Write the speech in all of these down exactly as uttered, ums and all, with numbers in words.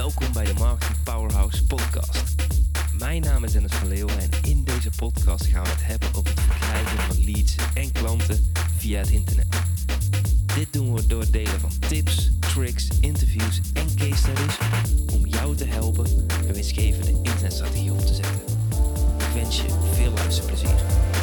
Welkom bij de Marketing Powerhouse podcast. Mijn naam is Dennis van Leeuwen en in deze podcast gaan we het hebben over het verkrijgen van leads en klanten via het internet. Dit doen we door het delen van tips, tricks, interviews en case studies om jou te helpen een winstgevende internetstrategie op te zetten. Ik wens je veel luisterplezier.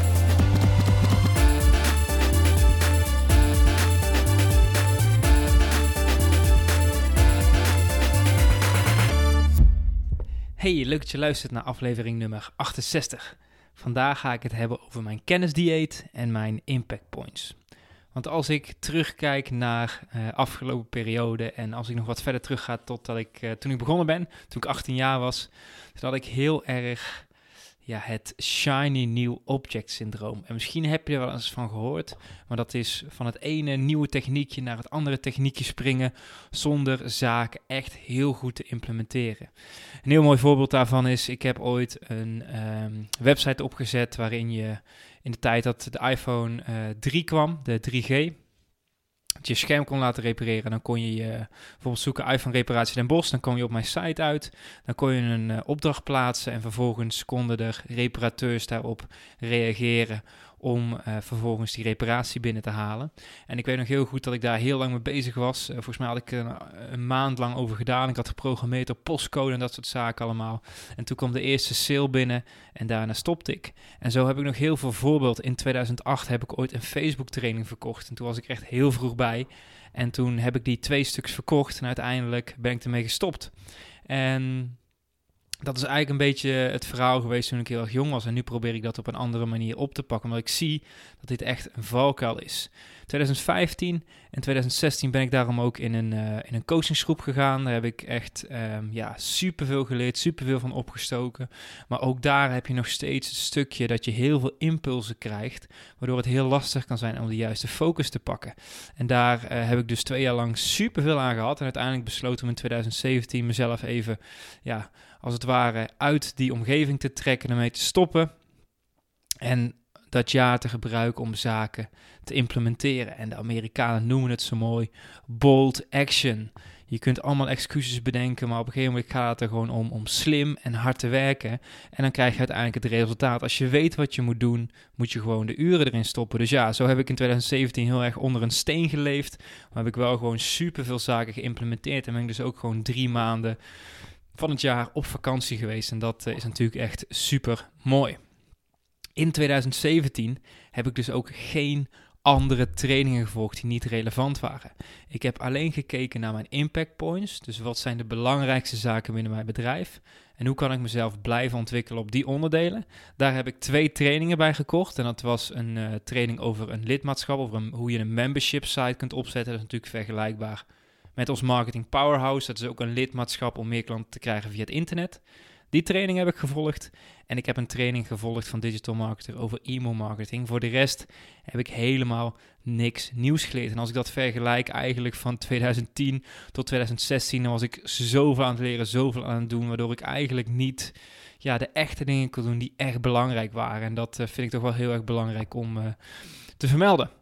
Hey, leuk dat je luistert naar aflevering nummer achtenzestig. Vandaag ga ik het hebben over mijn kennisdieet en mijn impact points. Want als ik terugkijk naar de uh, afgelopen periode en als ik nog wat verder terug ga tot dat ik, uh, toen ik begonnen ben, toen ik achttien jaar was, toen had ik heel erg ja, het shiny new object syndroom. En misschien heb je er wel eens van gehoord, maar dat is van het ene nieuwe techniekje naar het andere techniekje springen zonder zaken echt heel goed te implementeren. Een heel mooi voorbeeld daarvan is, ik heb ooit een um, website opgezet waarin je in de tijd dat de iPhone uh, drie kwam, de drie G, dat je scherm kon laten repareren. Dan kon je, je bijvoorbeeld zoeken iPhone reparatie Den Bosch, dan kom je op mijn site uit, dan kon je een uh, opdracht plaatsen en vervolgens konden er reparateurs daarop reageren om uh, vervolgens die reparatie binnen te halen. En ik weet nog heel goed dat ik daar heel lang mee bezig was. Uh, volgens mij had ik er een, een maand lang over gedaan. Ik had geprogrammeerd op postcode en dat soort zaken allemaal. En toen kwam de eerste sale binnen en daarna stopte ik. En zo heb ik nog heel veel voorbeeld. In tweeduizend acht heb ik ooit een Facebook training verkocht. En toen was ik echt heel vroeg bij. En toen heb ik die twee stuks verkocht en uiteindelijk ben ik ermee gestopt. En dat is eigenlijk een beetje het verhaal geweest toen ik heel erg jong was. En nu probeer ik dat op een andere manier op te pakken. Omdat ik zie dat dit echt een valkuil is. twintig vijftien en twintig zestien ben ik daarom ook in een, uh, in een coachingsgroep gegaan. Daar heb ik echt um, ja, superveel geleerd, superveel van opgestoken. Maar ook daar heb je nog steeds een stukje dat je heel veel impulsen krijgt. Waardoor het heel lastig kan zijn om de juiste focus te pakken. En daar uh, heb ik dus twee jaar lang superveel aan gehad. En uiteindelijk besloten om in twintig zeventien mezelf even, ja, als het ware uit die omgeving te trekken en ermee te stoppen. En dat jaar te gebruiken om zaken te implementeren. En de Amerikanen noemen het zo mooi bold action. Je kunt allemaal excuses bedenken, maar op een gegeven moment gaat het er gewoon om, om slim en hard te werken. En dan krijg je uiteindelijk het resultaat. Als je weet wat je moet doen, moet je gewoon de uren erin stoppen. Dus ja, zo heb ik in twintig zeventien heel erg onder een steen geleefd. Maar heb ik wel gewoon superveel zaken geïmplementeerd. En ben ik dus ook gewoon drie maanden van het jaar op vakantie geweest. En dat uh, is natuurlijk echt super mooi. In twintig zeventien heb ik dus ook geen andere trainingen gevolgd die niet relevant waren. Ik heb alleen gekeken naar mijn impact points. Dus wat zijn de belangrijkste zaken binnen mijn bedrijf? En hoe kan ik mezelf blijven ontwikkelen op die onderdelen? Daar heb ik twee trainingen bij gekocht. En dat was een uh, training over een lidmaatschap, over een, hoe je een membership site kunt opzetten. Dat is natuurlijk vergelijkbaar met ons Marketing Powerhouse. Dat is ook een lidmaatschap om meer klanten te krijgen via het internet. Die training heb ik gevolgd en ik heb een training gevolgd van Digital Marketer over e-mail marketing. Voor de rest heb ik helemaal niks nieuws geleerd. En als ik dat vergelijk eigenlijk van twintig tien tot twintig zestien, dan was ik zoveel aan het leren, zoveel aan het doen, waardoor ik eigenlijk niet ja, de echte dingen kon doen die echt belangrijk waren. En dat uh, vind ik toch wel heel erg belangrijk om uh, te vermelden.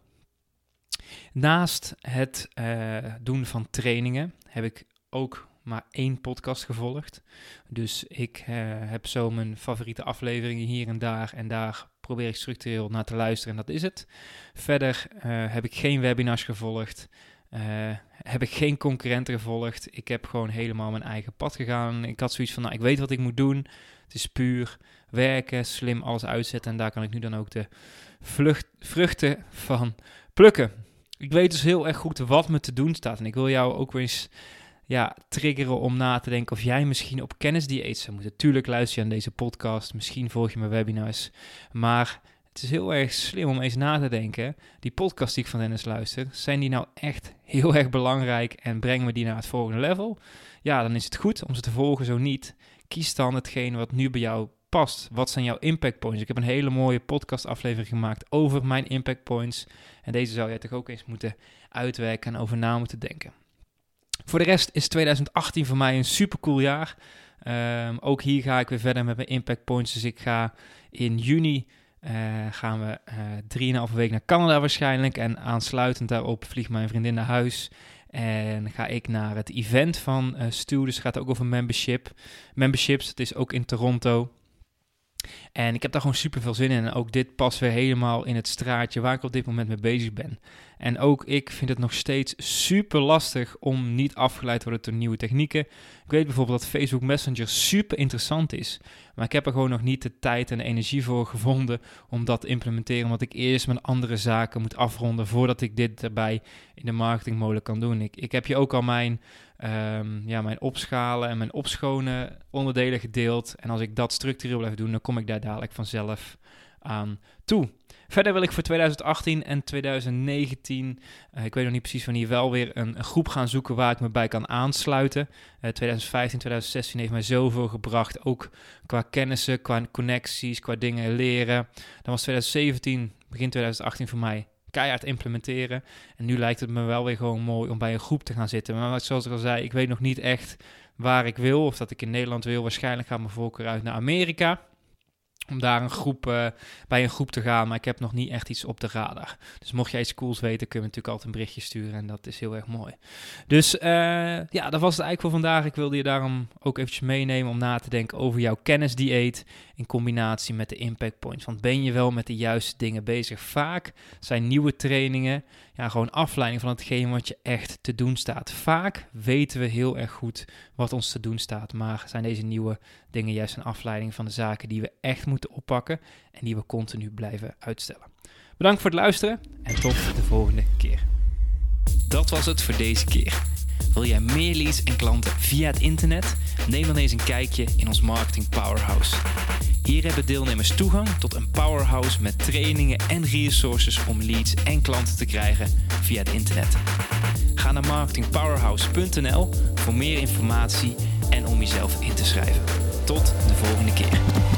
Naast het uh, doen van trainingen heb ik ook maar één podcast gevolgd. Dus ik uh, heb zo mijn favoriete afleveringen hier en daar. En daar probeer ik structureel naar te luisteren en dat is het. Verder uh, heb ik geen webinars gevolgd. Uh, heb ik geen concurrenten gevolgd. Ik heb gewoon helemaal mijn eigen pad gegaan. Ik had zoiets van, nou, ik weet wat ik moet doen. Het is puur werken, slim alles uitzetten. En daar kan ik nu dan ook de vlucht, vruchten van plukken. Ik weet dus heel erg goed wat me te doen staat. En ik wil jou ook weer eens ja, triggeren om na te denken of jij misschien op kennisdieet zou moeten. Tuurlijk luister je aan deze podcast, misschien volg je mijn webinars. Maar het is heel erg slim om eens na te denken. Die podcast die ik van Dennis luister, zijn die nou echt heel erg belangrijk en brengen we die naar het volgende level? Ja, dan is het goed om ze te volgen. Zo niet, kies dan hetgeen wat nu bij jou past. Wat zijn jouw impact points? Ik heb een hele mooie podcast aflevering gemaakt over mijn impact points. En deze zou jij toch ook eens moeten uitwerken en over na moeten denken. Voor de rest is twintig achttien voor mij een supercool jaar. Um, ook hier ga ik weer verder met mijn impact points. Dus ik ga in juni uh, gaan we uh, drieënhalve week naar Canada waarschijnlijk. En aansluitend daarop vliegt mijn vriendin naar huis. En ga ik naar het event van uh, Stu. Dus het gaat ook over membership. Memberships, het is ook in Toronto. En ik heb daar gewoon super veel zin in. En ook dit past weer helemaal in het straatje waar ik op dit moment mee bezig ben. En ook ik vind het nog steeds super lastig om niet afgeleid te worden door nieuwe technieken. Ik weet bijvoorbeeld dat Facebook Messenger super interessant is. Maar ik heb er gewoon nog niet de tijd en de energie voor gevonden om dat te implementeren. Omdat ik eerst mijn andere zaken moet afronden voordat ik dit erbij in de marketingmolen kan doen. Ik, ik heb je ook al mijn, um, ja, mijn opschalen en mijn opschonen onderdelen gedeeld. En als ik dat structureel blijf doen, dan kom ik daar dadelijk vanzelf aan toe. Verder wil ik voor twintig achttien en twintig negentien, uh, ik weet nog niet precies wanneer, wel weer een, een groep gaan zoeken waar ik me bij kan aansluiten. Uh, twintig vijftien, twintig zestien heeft mij zoveel gebracht, ook qua kennissen, qua connecties, qua dingen leren. Dan was twintig zeventien, begin twintig achttien voor mij keihard implementeren. En nu lijkt het me wel weer gewoon mooi om bij een groep te gaan zitten. Maar zoals ik al zei, ik weet nog niet echt waar ik wil of dat ik in Nederland wil. Waarschijnlijk gaat mijn voorkeur uit naar Amerika. Om daar een groep, uh, bij een groep te gaan, maar ik heb nog niet echt iets op de radar. Dus mocht jij iets cools weten, kun je me natuurlijk altijd een berichtje sturen en dat is heel erg mooi. Dus uh, ja, dat was het eigenlijk voor vandaag. Ik wilde je daarom ook eventjes meenemen om na te denken over jouw kennisdieet in combinatie met de impact points. Want ben je wel met de juiste dingen bezig? Vaak zijn nieuwe trainingen ja, gewoon afleiding van hetgeen wat je echt te doen staat. Vaak weten we heel erg goed wat ons te doen staat, maar zijn deze nieuwe dingen juist een afleiding van de zaken die we echt moeten oppakken en die we continu blijven uitstellen. Bedankt voor het luisteren en tot de volgende keer. Dat was het voor deze keer. Wil jij meer leads en klanten via het internet? Neem dan eens een kijkje in ons Marketing Powerhouse. Hier hebben deelnemers toegang tot een powerhouse met trainingen en resources om leads en klanten te krijgen via het internet. Ga naar marketing powerhouse punt n l voor meer informatie en om jezelf in te schrijven. Tot de volgende keer.